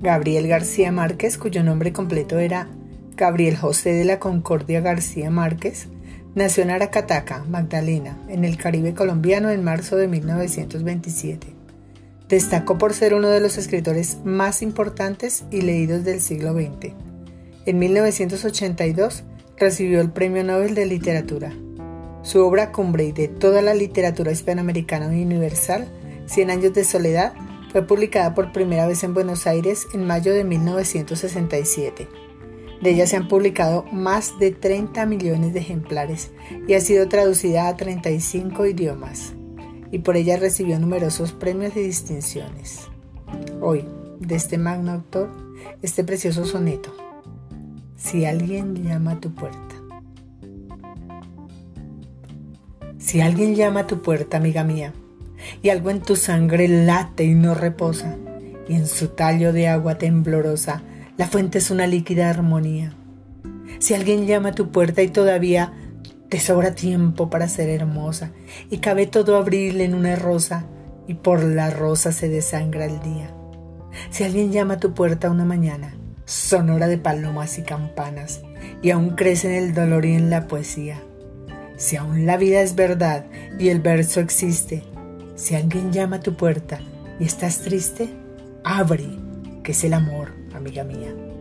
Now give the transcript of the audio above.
Gabriel García Márquez, cuyo nombre completo era Gabriel José de la Concordia García Márquez, nació en Aracataca, Magdalena, en el Caribe colombiano en marzo de 1927. Destacó por ser uno de los escritores más importantes y leídos del siglo XX. En 1982 recibió el Premio Nobel de Literatura. Su obra cumbre y de toda la literatura hispanoamericana y universal, Cien años de soledad, fue publicada por primera vez en Buenos Aires en mayo de 1967. De ella se han publicado más de 30 millones de ejemplares y ha sido traducida a 35 idiomas. Y por ella recibió numerosos premios y distinciones. Hoy, de este magno autor, este precioso soneto. Si alguien llama a tu puerta. Si alguien llama a tu puerta, amiga mía, y algo en tu sangre late y no reposa, y en su tallo de agua temblorosa la fuente es una líquida armonía. Si alguien llama a tu puerta y todavía te sobra tiempo para ser hermosa, y cabe todo abril en una rosa, y por la rosa se desangra el día. Si alguien llama a tu puerta una mañana, sonora de palomas y campanas, y aún crece en el dolor y en la poesía. Si aún la vida es verdad y el verso existe, si alguien llama a tu puerta y estás triste, abre, que es el amor, amiga mía.